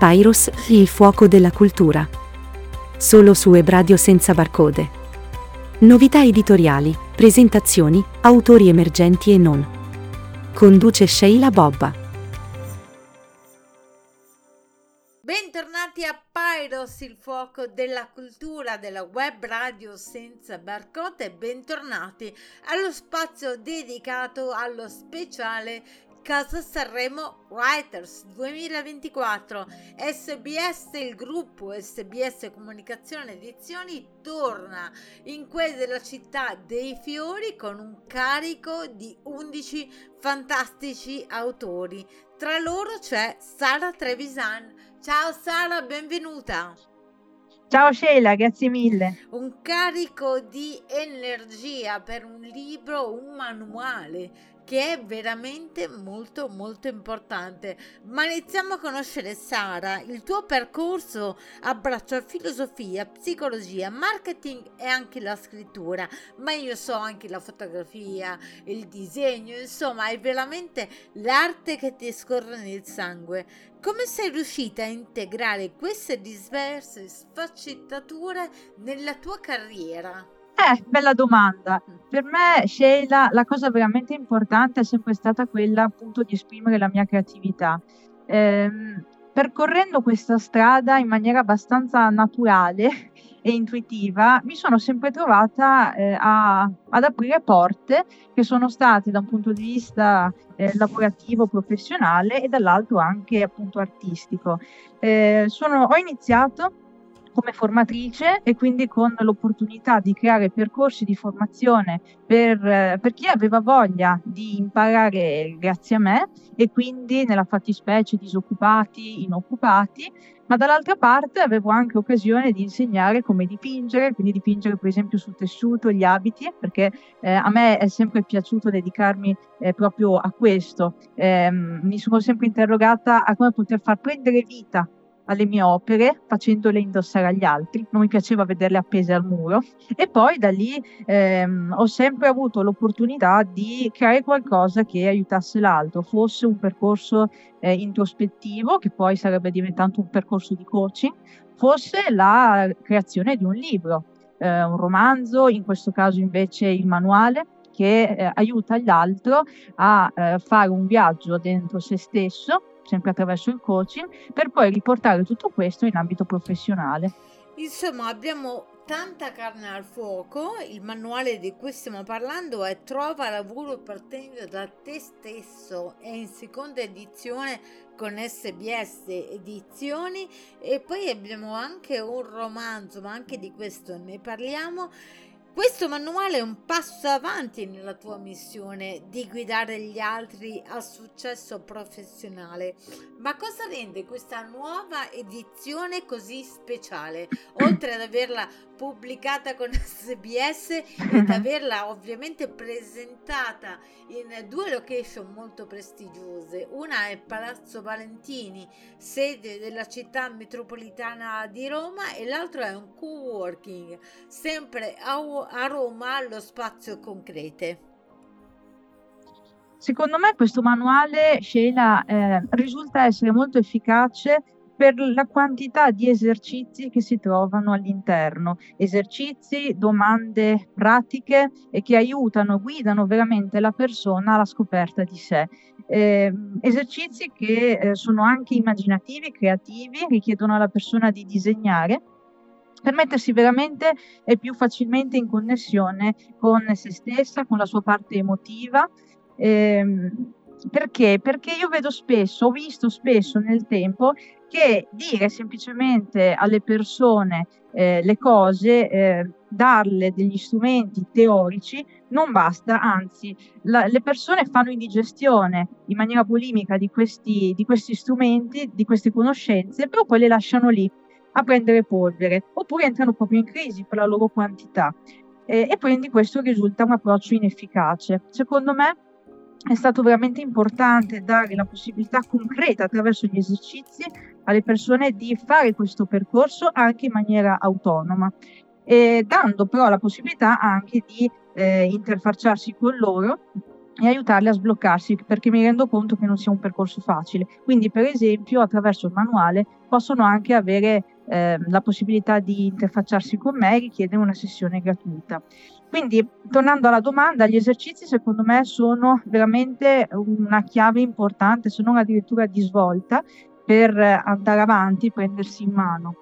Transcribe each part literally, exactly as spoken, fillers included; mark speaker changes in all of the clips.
Speaker 1: Papyrus, il fuoco della cultura. Solo su Web Radio senza barcode. Novità editoriali, presentazioni, autori emergenti e non. Conduce Sheila Bobba.
Speaker 2: Bentornati a Papyrus, il fuoco della cultura della Web Radio senza barcode, e bentornati allo spazio dedicato allo speciale Casa Sanremo Writers duemilaventiquattro. S B S, il gruppo S B S Comunicazione Edizioni, torna in quelle della città dei fiori con un carico di undici fantastici autori. Tra loro c'è Sara Trevisan. Ciao Sara, benvenuta.
Speaker 3: Ciao Sheila, grazie mille.
Speaker 2: Un carico di energia per un libro, un manuale che è veramente molto molto importante. Ma iniziamo a conoscere Sara. Il tuo percorso abbraccia filosofia, psicologia, marketing e anche la scrittura, ma io so anche la fotografia, il disegno, insomma è veramente l'arte che ti scorre nel sangue. Come sei riuscita a integrare queste diverse sfaccettature nella tua carriera?
Speaker 3: Eh, bella domanda. Per me, Sheila, la cosa veramente importante è sempre stata quella appunto di esprimere la mia creatività. Ehm, percorrendo questa strada in maniera abbastanza naturale e intuitiva, mi sono sempre trovata eh, a, ad aprire porte che sono state da un punto di vista eh, lavorativo, professionale e dall'altro anche appunto artistico. Eh, sono, ho iniziato come formatrice e quindi con l'opportunità di creare percorsi di formazione per, eh, per chi aveva voglia di imparare grazie a me e quindi nella fattispecie disoccupati, inoccupati, ma dall'altra parte avevo anche occasione di insegnare come dipingere, quindi dipingere per esempio sul tessuto gli abiti, perché eh, a me è sempre piaciuto dedicarmi eh, proprio a questo. Eh, mi sono sempre interrogata a come poter far prendere vita alle mie opere facendole indossare agli altri, non mi piaceva vederle appese al muro, e poi da lì ehm, ho sempre avuto l'opportunità di creare qualcosa che aiutasse l'altro, fosse un percorso eh, introspettivo che poi sarebbe diventato un percorso di coaching, fosse la creazione di un libro, eh, un romanzo, in questo caso invece il manuale che eh, aiuta l'altro a eh, fare un viaggio dentro se stesso, sempre attraverso il coaching, per poi riportare tutto questo in ambito professionale.
Speaker 2: Insomma, abbiamo tanta carne al fuoco. Il manuale di cui stiamo parlando è Trova lavoro partendo da te stesso, è in seconda edizione con S B S Edizioni, e poi abbiamo anche un romanzo, ma anche di questo ne parliamo. Questo manuale è un passo avanti nella tua missione di guidare gli altri al successo professionale. Ma cosa rende questa nuova edizione così speciale? Oltre ad averla pubblicata con S B S ed averla ovviamente presentata in due location molto prestigiose. Una è Palazzo Valentini, sede della città metropolitana di Roma, e l'altro è un co-working, sempre a a Roma, allo Spazio Concrete.
Speaker 3: Secondo me questo manuale, Sheila, eh, risulta essere molto efficace per la quantità di esercizi che si trovano all'interno, esercizi, domande pratiche e che aiutano, guidano veramente la persona alla scoperta di sé. Eh, esercizi che eh, sono anche immaginativi, creativi, richiedono alla persona di disegnare per mettersi veramente eh, più facilmente in connessione con se stessa, con la sua parte emotiva. Ehm, perché? Perché io vedo spesso, ho visto spesso nel tempo che dire semplicemente alle persone eh, le cose, eh, darle degli strumenti teorici non basta, anzi la, le persone fanno indigestione in maniera bulimica di questi, di questi strumenti, di queste conoscenze, però poi le lasciano lì a prendere polvere, oppure entrano proprio in crisi per la loro quantità eh, e quindi questo risulta un approccio inefficace. Secondo me è stato veramente importante dare la possibilità concreta attraverso gli esercizi alle persone di fare questo percorso anche in maniera autonoma, e dando però la possibilità anche di eh, interfacciarsi con loro e aiutarle a sbloccarsi, perché mi rendo conto che non sia un percorso facile. Quindi, per esempio, attraverso il manuale possono anche avere eh, la possibilità di interfacciarsi con me e richiedere una sessione gratuita. Quindi, tornando alla domanda, gli esercizi secondo me sono veramente una chiave importante, se non addirittura di svolta, per andare avanti, prendersi in mano.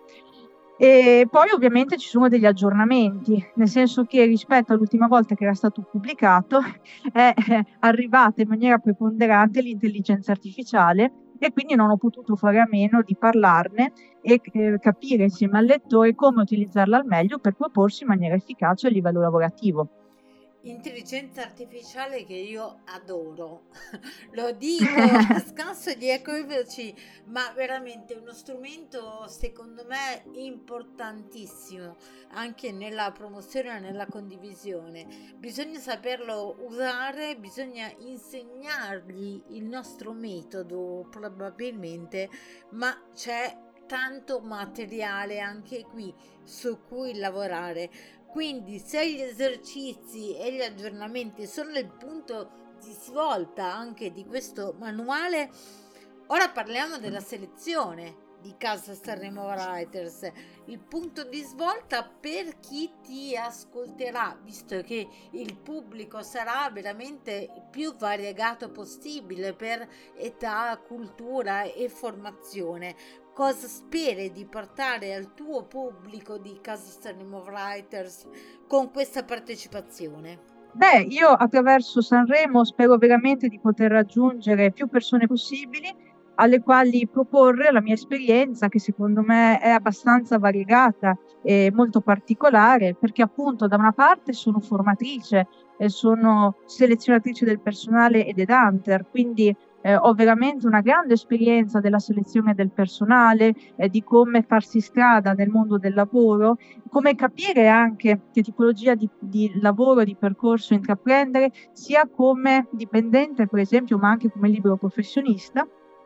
Speaker 3: E poi ovviamente ci sono degli aggiornamenti, nel senso che rispetto all'ultima volta che era stato pubblicato è arrivata in maniera preponderante l'intelligenza artificiale e quindi non ho potuto fare a meno di parlarne e eh, capire insieme al lettore come utilizzarla al meglio per proporsi in maniera efficace a livello lavorativo.
Speaker 2: Intelligenza artificiale che io adoro, lo dico a scanso di equivoci, ma veramente uno strumento secondo me importantissimo anche nella promozione e nella condivisione. Bisogna saperlo usare, bisogna insegnargli il nostro metodo probabilmente, ma c'è tanto materiale anche qui su cui lavorare. Quindi se gli esercizi e gli aggiornamenti sono il punto di svolta anche di questo manuale, ora parliamo della selezione di Casa Sanremo Writers, il punto di svolta per chi ti ascolterà, visto che il pubblico sarà veramente il più variegato possibile per età, cultura e formazione. Cosa speri di portare al tuo pubblico di Casa Sanremo Writers con questa partecipazione?
Speaker 3: Beh, io attraverso Sanremo spero veramente di poter raggiungere più persone possibili, alle quali proporre la mia esperienza, che secondo me è abbastanza variegata e molto particolare, perché appunto da una parte sono formatrice e sono selezionatrice del personale ed headhunter, quindi Eh, ho veramente una grande esperienza della selezione del personale, eh, di come farsi strada nel mondo del lavoro, come capire anche che tipologia di, di lavoro, di percorso intraprendere, sia come dipendente, per esempio, ma anche come libero professionista.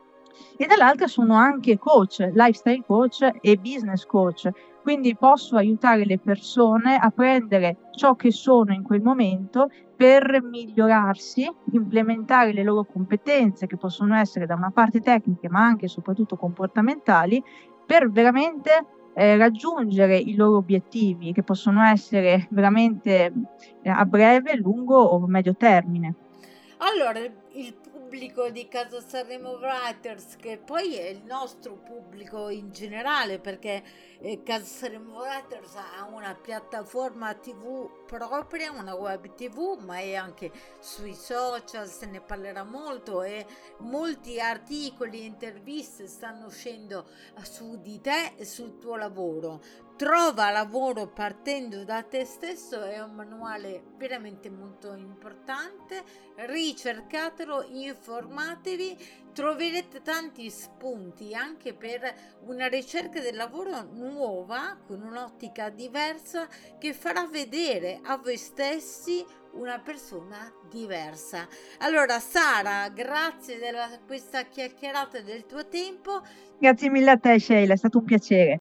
Speaker 3: E dall'altra sono anche coach, lifestyle coach e business coach, quindi posso aiutare le persone a prendere ciò che sono in quel momento per migliorarsi, implementare le loro competenze, che possono essere da una parte tecniche ma anche e soprattutto comportamentali, per veramente eh, raggiungere i loro obiettivi, che possono essere veramente eh, a breve, lungo o medio termine.
Speaker 2: Allora, il pubblico di Casa Sanremo Writers, che poi è il nostro pubblico in generale, perché eh, Casa Sanremo Writers ha una piattaforma tivù propria, una web tivù, ma è anche sui social, se ne parlerà molto e molti articoli e interviste stanno uscendo su di te e sul tuo lavoro. Trova lavoro partendo da te stesso è un manuale veramente molto importante, ricercatelo, informatevi, troverete tanti spunti anche per una ricerca del lavoro nuova, con un'ottica diversa, che farà vedere a voi stessi una persona diversa. Allora Sara, grazie della questa chiacchierata del tuo tempo.
Speaker 3: Grazie mille a te Sheila, è stato un piacere.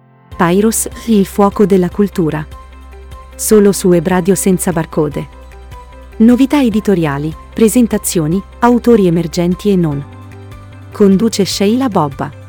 Speaker 1: Pyros, il fuoco della cultura. Solo su Web Radio senza barcode. Novità editoriali, presentazioni, autori emergenti e non. Conduce Sheila Bobba.